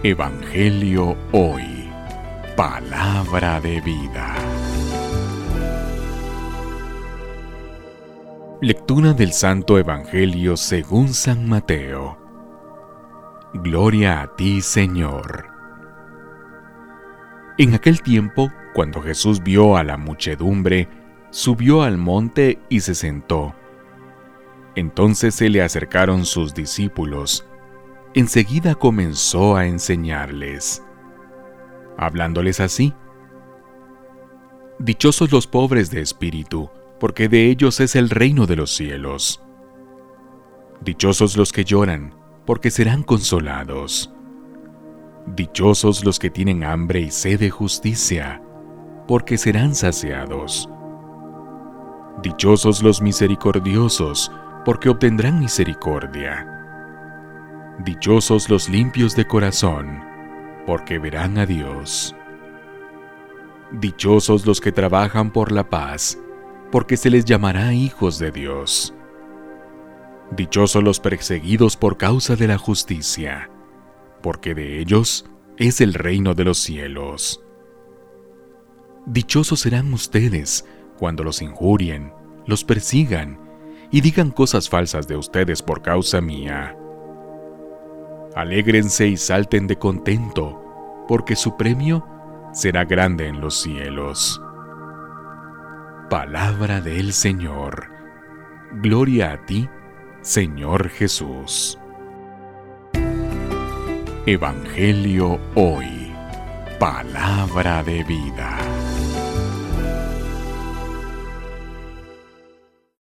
Evangelio Hoy. Palabra de vida. Lectura del Santo Evangelio según San Mateo. Gloria a ti, Señor. En aquel tiempo, cuando Jesús vio a la muchedumbre, subió al monte y se sentó. Entonces se le acercaron sus discípulos. Enseguida comenzó a enseñarles, hablándoles así: Dichosos los pobres de espíritu, porque de ellos es el reino de los cielos. Dichosos los que lloran, porque serán consolados. Dichosos los que tienen hambre y sed de justicia, porque serán saciados. Dichosos los misericordiosos, porque obtendrán misericordia. Dichosos los limpios de corazón, porque verán a Dios. Dichosos los que trabajan por la paz, porque se les llamará hijos de Dios. Dichosos los perseguidos por causa de la justicia, porque de ellos es el reino de los cielos. Dichosos serán ustedes cuando los injurien, los persigan y digan cosas falsas de ustedes por causa mía. Alégrense y salten de contento, porque su premio será grande en los cielos. Palabra del Señor. Gloria a ti, Señor Jesús. Evangelio Hoy. Palabra de vida.